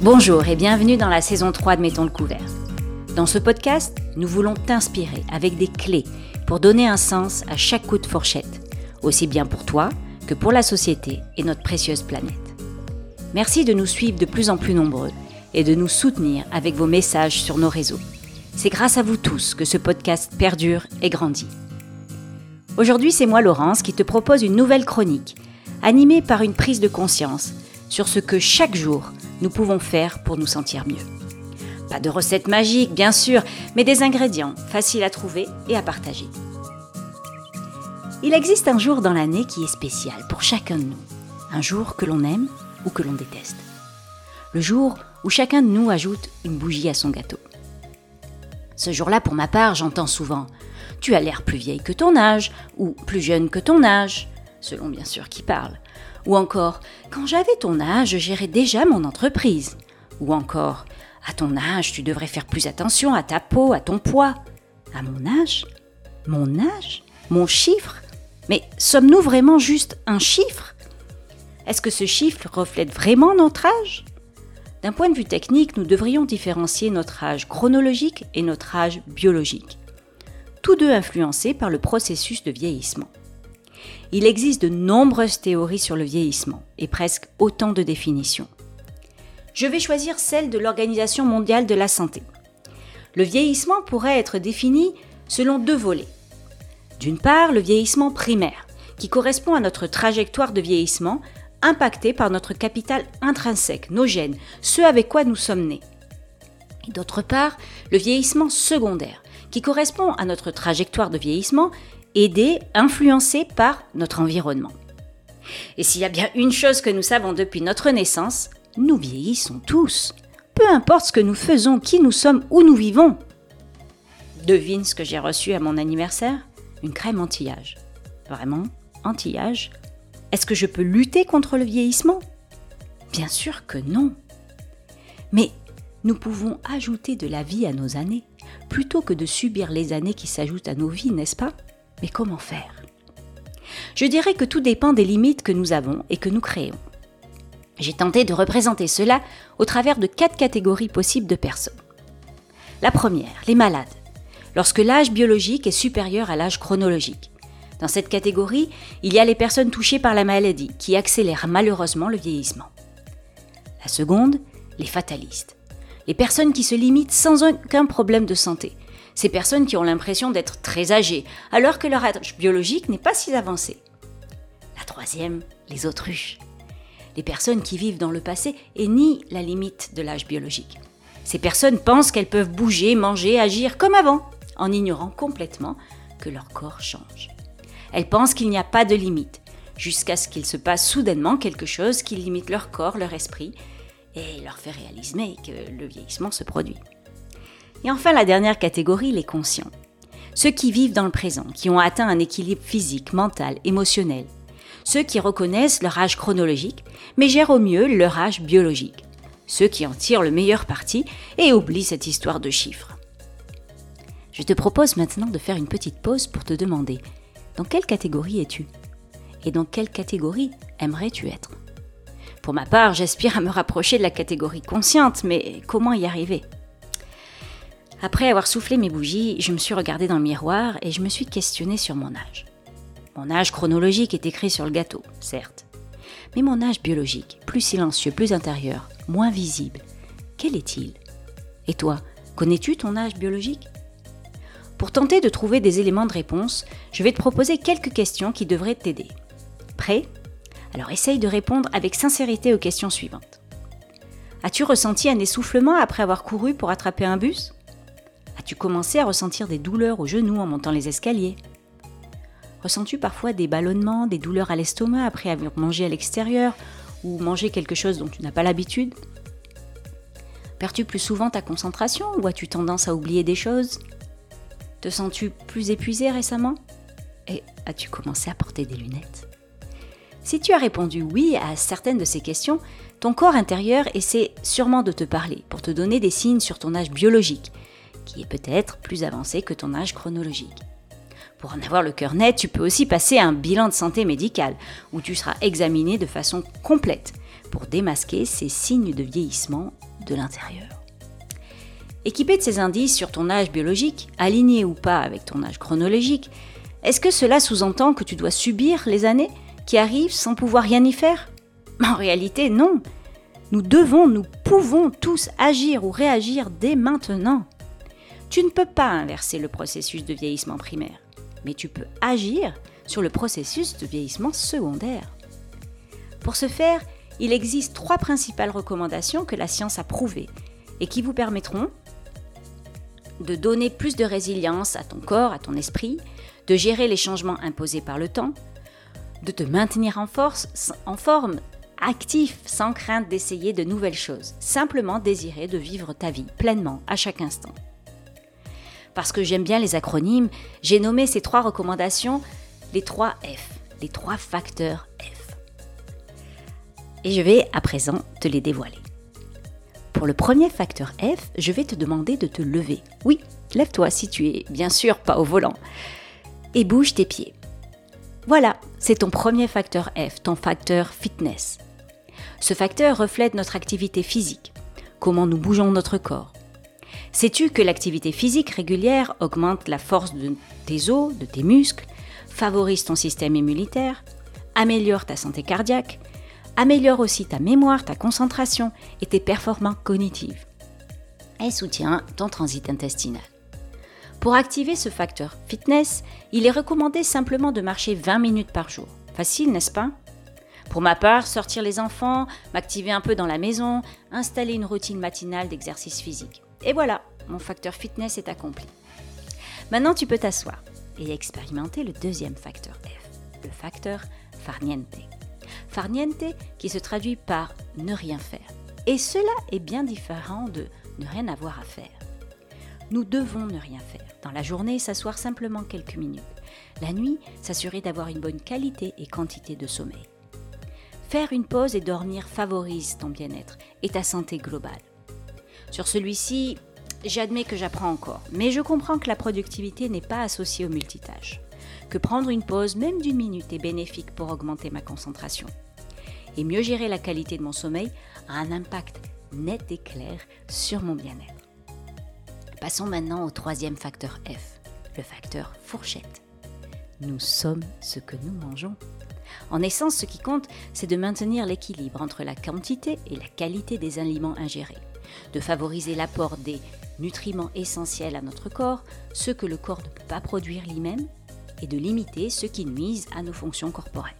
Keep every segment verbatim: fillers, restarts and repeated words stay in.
Bonjour et bienvenue dans la saison trois de Mettons le couvert. Dans ce podcast, nous voulons t'inspirer avec des clés pour donner un sens à chaque coup de fourchette, aussi bien pour toi que pour la société et notre précieuse planète. Merci de nous suivre de plus en plus nombreux et de nous soutenir avec vos messages sur nos réseaux. C'est grâce à vous tous que ce podcast perdure et grandit. Aujourd'hui, c'est moi, Laurence, qui te propose une nouvelle chronique, animée par une prise de conscience sur ce que chaque jour, nous pouvons faire pour nous sentir mieux. Pas de recette magique, bien sûr, mais des ingrédients faciles à trouver et à partager. Il existe un jour dans l'année qui est spécial pour chacun de nous. Un jour que l'on aime ou que l'on déteste. Le jour où chacun de nous ajoute une bougie à son gâteau. Ce jour-là, pour ma part, j'entends souvent « Tu as l'air plus vieille que ton âge » ou « plus jeune que ton âge », selon bien sûr qui parle. Ou encore « Quand j'avais ton âge, je gérais déjà mon entreprise ». Ou encore « À ton âge, tu devrais faire plus attention à ta peau, à ton poids ». À mon âge ? Mon âge ? Mon chiffre ? Mais sommes-nous vraiment juste un chiffre ? Est-ce que ce chiffre reflète vraiment notre âge ? D'un point de vue technique, nous devrions différencier notre âge chronologique et notre âge biologique, tous deux influencés par le processus de vieillissement. Il existe de nombreuses théories sur le vieillissement et presque autant de définitions. Je vais choisir celle de l'Organisation mondiale de la santé. Le vieillissement pourrait être défini selon deux volets. D'une part, le vieillissement primaire, qui correspond à notre trajectoire de vieillissement impactée par notre capital intrinsèque, nos gènes, ce avec quoi nous sommes nés. Et d'autre part, le vieillissement secondaire, qui correspond à notre trajectoire de vieillissement aidé, influencé par notre environnement. Et s'il y a bien une chose que nous savons depuis notre naissance, nous vieillissons tous. Peu importe ce que nous faisons, qui nous sommes, où nous vivons. Devine ce que j'ai reçu à mon anniversaire ? Une crème anti-âge. Vraiment, anti-âge ? Est-ce que je peux lutter contre le vieillissement ? Bien sûr que non. Mais nous pouvons ajouter de la vie à nos années, plutôt que de subir les années qui s'ajoutent à nos vies, n'est-ce pas ? Mais comment faire ? Je dirais que tout dépend des limites que nous avons et que nous créons. J'ai tenté de représenter cela au travers de quatre catégories possibles de personnes. La première, les malades, lorsque l'âge biologique est supérieur à l'âge chronologique. Dans cette catégorie, il y a les personnes touchées par la maladie, qui accélèrent malheureusement le vieillissement. La seconde, les fatalistes, les personnes qui se limitent sans aucun problème de santé. Ces personnes qui ont l'impression d'être très âgées, alors que leur âge biologique n'est pas si avancé. La troisième, les autruches. Les personnes qui vivent dans le passé et nient la limite de l'âge biologique. Ces personnes pensent qu'elles peuvent bouger, manger, agir comme avant, en ignorant complètement que leur corps change. Elles pensent qu'il n'y a pas de limite, jusqu'à ce qu'il se passe soudainement quelque chose qui limite leur corps, leur esprit, et leur fait réaliser que le vieillissement se produit. Et enfin, la dernière catégorie, les conscients. Ceux qui vivent dans le présent, qui ont atteint un équilibre physique, mental, émotionnel. Ceux qui reconnaissent leur âge chronologique, mais gèrent au mieux leur âge biologique. Ceux qui en tirent le meilleur parti et oublient cette histoire de chiffres. Je te propose maintenant de faire une petite pause pour te demander « Dans quelle catégorie es-tu ? Et dans quelle catégorie aimerais-tu être ?» Pour ma part, j'aspire à me rapprocher de la catégorie consciente, mais comment y arriver ? Après avoir soufflé mes bougies, je me suis regardée dans le miroir et je me suis questionnée sur mon âge. Mon âge chronologique est écrit sur le gâteau, certes. Mais mon âge biologique, plus silencieux, plus intérieur, moins visible, quel est-il ? Et toi, connais-tu ton âge biologique ? Pour tenter de trouver des éléments de réponse, je vais te proposer quelques questions qui devraient t'aider. Prêt ? Alors essaye de répondre avec sincérité aux questions suivantes. As-tu ressenti un essoufflement après avoir couru pour attraper un bus ? As-tu commencé à ressentir des douleurs aux genoux en montant les escaliers ? Ressens-tu parfois des ballonnements, des douleurs à l'estomac après avoir mangé à l'extérieur ou mangé quelque chose dont tu n'as pas l'habitude ? Perds-tu plus souvent ta concentration ou as-tu tendance à oublier des choses ? Te sens-tu plus épuisé récemment ? Et as-tu commencé à porter des lunettes ? Si tu as répondu oui à certaines de ces questions, ton corps intérieur essaie sûrement de te parler pour te donner des signes sur ton âge biologique, qui est peut-être plus avancé que ton âge chronologique. Pour en avoir le cœur net, tu peux aussi passer un bilan de santé médicale, où tu seras examiné de façon complète pour démasquer ces signes de vieillissement de l'intérieur. Équipé de ces indices sur ton âge biologique, aligné ou pas avec ton âge chronologique, est-ce que cela sous-entend que tu dois subir les années qui arrivent sans pouvoir rien y faire ? En réalité, non. Nous devons, nous pouvons tous agir ou réagir dès maintenant. Tu ne peux pas inverser le processus de vieillissement primaire, mais tu peux agir sur le processus de vieillissement secondaire. Pour ce faire, il existe trois principales recommandations que la science a prouvées et qui vous permettront de donner plus de résilience à ton corps, à ton esprit, de gérer les changements imposés par le temps, de te maintenir en force, en forme, actif, sans crainte d'essayer de nouvelles choses, simplement désirer de vivre ta vie pleinement à chaque instant. Parce que j'aime bien les acronymes, j'ai nommé ces trois recommandations les trois F, les trois facteurs F. Et je vais à présent te les dévoiler. Pour le premier facteur F, je vais te demander de te lever. Oui, lève-toi si tu es bien sûr pas au volant. Et bouge tes pieds. Voilà, c'est ton premier facteur F, ton facteur fitness. Ce facteur reflète notre activité physique, comment nous bougeons notre corps. Sais-tu que l'activité physique régulière augmente la force de tes os, de tes muscles, favorise ton système immunitaire, améliore ta santé cardiaque, améliore aussi ta mémoire, ta concentration et tes performances cognitives, et soutient ton transit intestinal. Pour activer ce facteur fitness, il est recommandé simplement de marcher vingt minutes par jour. Facile, n'est-ce pas ? Pour ma part, sortir les enfants, m'activer un peu dans la maison, installer une routine matinale d'exercice physique. Et voilà, mon facteur fitness est accompli. Maintenant, tu peux t'asseoir et expérimenter le deuxième facteur F, le facteur farniente. Farniente qui se traduit par ne rien faire. Et cela est bien différent de ne rien avoir à faire. Nous devons ne rien faire. Dans la journée, s'asseoir simplement quelques minutes. La nuit, s'assurer d'avoir une bonne qualité et quantité de sommeil. Faire une pause et dormir favorise ton bien-être et ta santé globale. Sur celui-ci, j'admets que j'apprends encore, mais je comprends que la productivité n'est pas associée au multitâche, que prendre une pause, même d'une minute, est bénéfique pour augmenter ma concentration. Et mieux gérer la qualité de mon sommeil a un impact net et clair sur mon bien-être. Passons maintenant au troisième facteur F, le facteur fourchette. Nous sommes ce que nous mangeons. En essence, ce qui compte, c'est de maintenir l'équilibre entre la quantité et la qualité des aliments ingérés, de favoriser l'apport des nutriments essentiels à notre corps, ceux que le corps ne peut pas produire lui-même, et de limiter ceux qui nuisent à nos fonctions corporelles.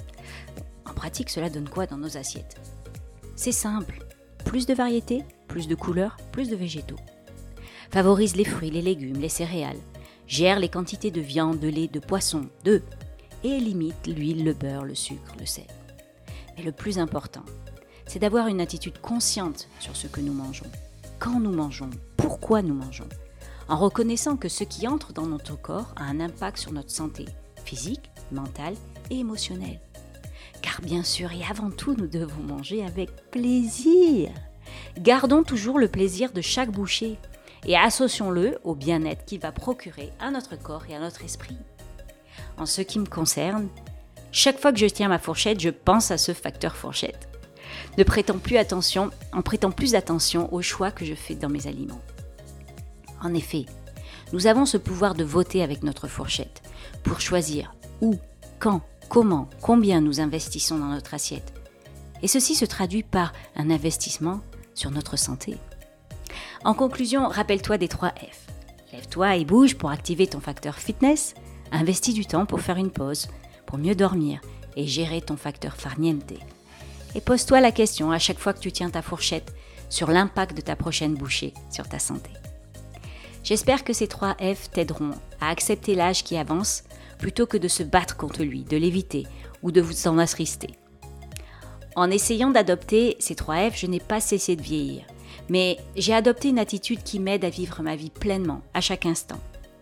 En pratique, cela donne quoi dans nos assiettes ? C'est simple, plus de variété, plus de couleurs, plus de végétaux. Favorise les fruits, les légumes, les céréales, gère les quantités de viande, de lait, de poisson, d'œufs, et limite l'huile, le beurre, le sucre, le sel. Mais le plus important, c'est d'avoir une attitude consciente sur ce que nous mangeons, quand nous mangeons, pourquoi nous mangeons, en reconnaissant que ce qui entre dans notre corps a un impact sur notre santé physique, mentale et émotionnelle. Car bien sûr et avant tout, nous devons manger avec plaisir. Gardons toujours le plaisir de chaque bouchée et associons-le au bien-être qu'il va procurer à notre corps et à notre esprit. En ce qui me concerne, chaque fois que je tiens ma fourchette, je pense à ce facteur fourchette. Ne prêtons plus attention, en prêtant plus attention aux choix que je fais dans mes aliments. En effet, nous avons ce pouvoir de voter avec notre fourchette pour choisir où, quand, comment, combien nous investissons dans notre assiette. Et ceci se traduit par un investissement sur notre santé. En conclusion, rappelle-toi des trois F. Lève-toi et bouge pour activer ton facteur fitness. Investis du temps pour faire une pause, pour mieux dormir et gérer ton facteur farniente. Et pose-toi la question à chaque fois que tu tiens ta fourchette sur l'impact de ta prochaine bouchée sur ta santé. J'espère que ces trois F t'aideront à accepter l'âge qui avance plutôt que de se battre contre lui, de l'éviter ou de vous en attrister. En essayant d'adopter ces trois F, je n'ai pas cessé de vieillir, mais j'ai adopté une attitude qui m'aide à vivre ma vie pleinement, à chaque instant.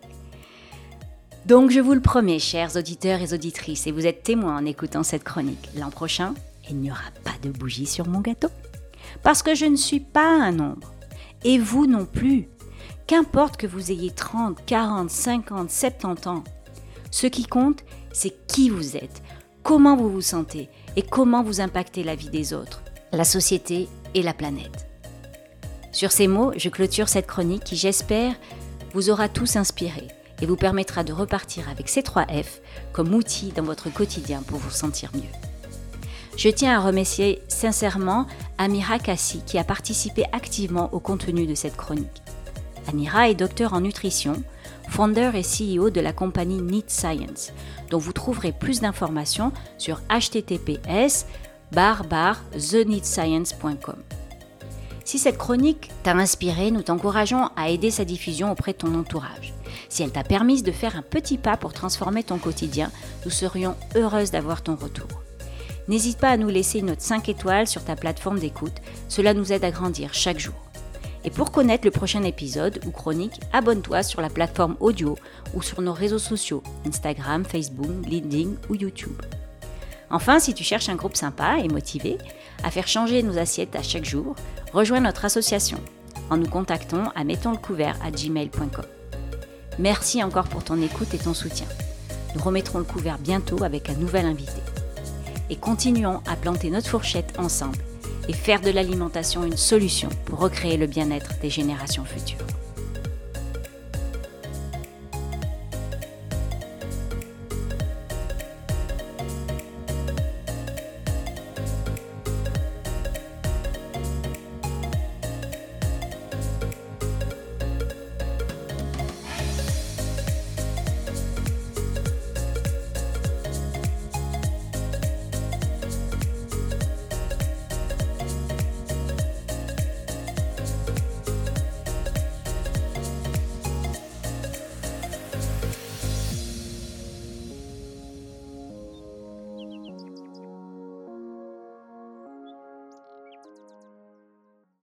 Donc je vous le promets, chers auditeurs et auditrices, et vous êtes témoins en écoutant cette chronique, l'an prochain, il n'y aura pas de bougie sur mon gâteau. Parce que je ne suis pas un nombre, et vous non plus. Qu'importe que vous ayez trente, quarante, cinquante, soixante-dix ans, ce qui compte, c'est qui vous êtes, comment vous vous sentez et comment vous impactez la vie des autres, la société et la planète. Sur ces mots, je clôture cette chronique qui, j'espère, vous aura tous inspiré et vous permettra de repartir avec ces trois F comme outil dans votre quotidien pour vous sentir mieux. Je tiens à remercier sincèrement Amira Kassi qui a participé activement au contenu de cette chronique. Amira est docteur en nutrition, founder et C E O de la compagnie Neat Science, dont vous trouverez plus d'informations sur h t t p s barre barre the neat science point com. Si cette chronique t'a inspiré, nous t'encourageons à aider sa diffusion auprès de ton entourage. Si elle t'a permis de faire un petit pas pour transformer ton quotidien, nous serions heureuses d'avoir ton retour. N'hésite pas à nous laisser une note cinq étoiles sur ta plateforme d'écoute, cela nous aide à grandir chaque jour. Et pour connaître le prochain épisode ou chronique, abonne-toi sur la plateforme audio ou sur nos réseaux sociaux, Instagram, Facebook, LinkedIn ou YouTube. Enfin, si tu cherches un groupe sympa et motivé à faire changer nos assiettes à chaque jour, rejoins notre association en nous contactant à mettons le couvert arobase gmail point com. Merci encore pour ton écoute et ton soutien. Nous remettrons le couvert bientôt avec un nouvel invité. Et continuons à planter notre fourchette ensemble et faire de l'alimentation une solution pour recréer le bien-être des générations futures.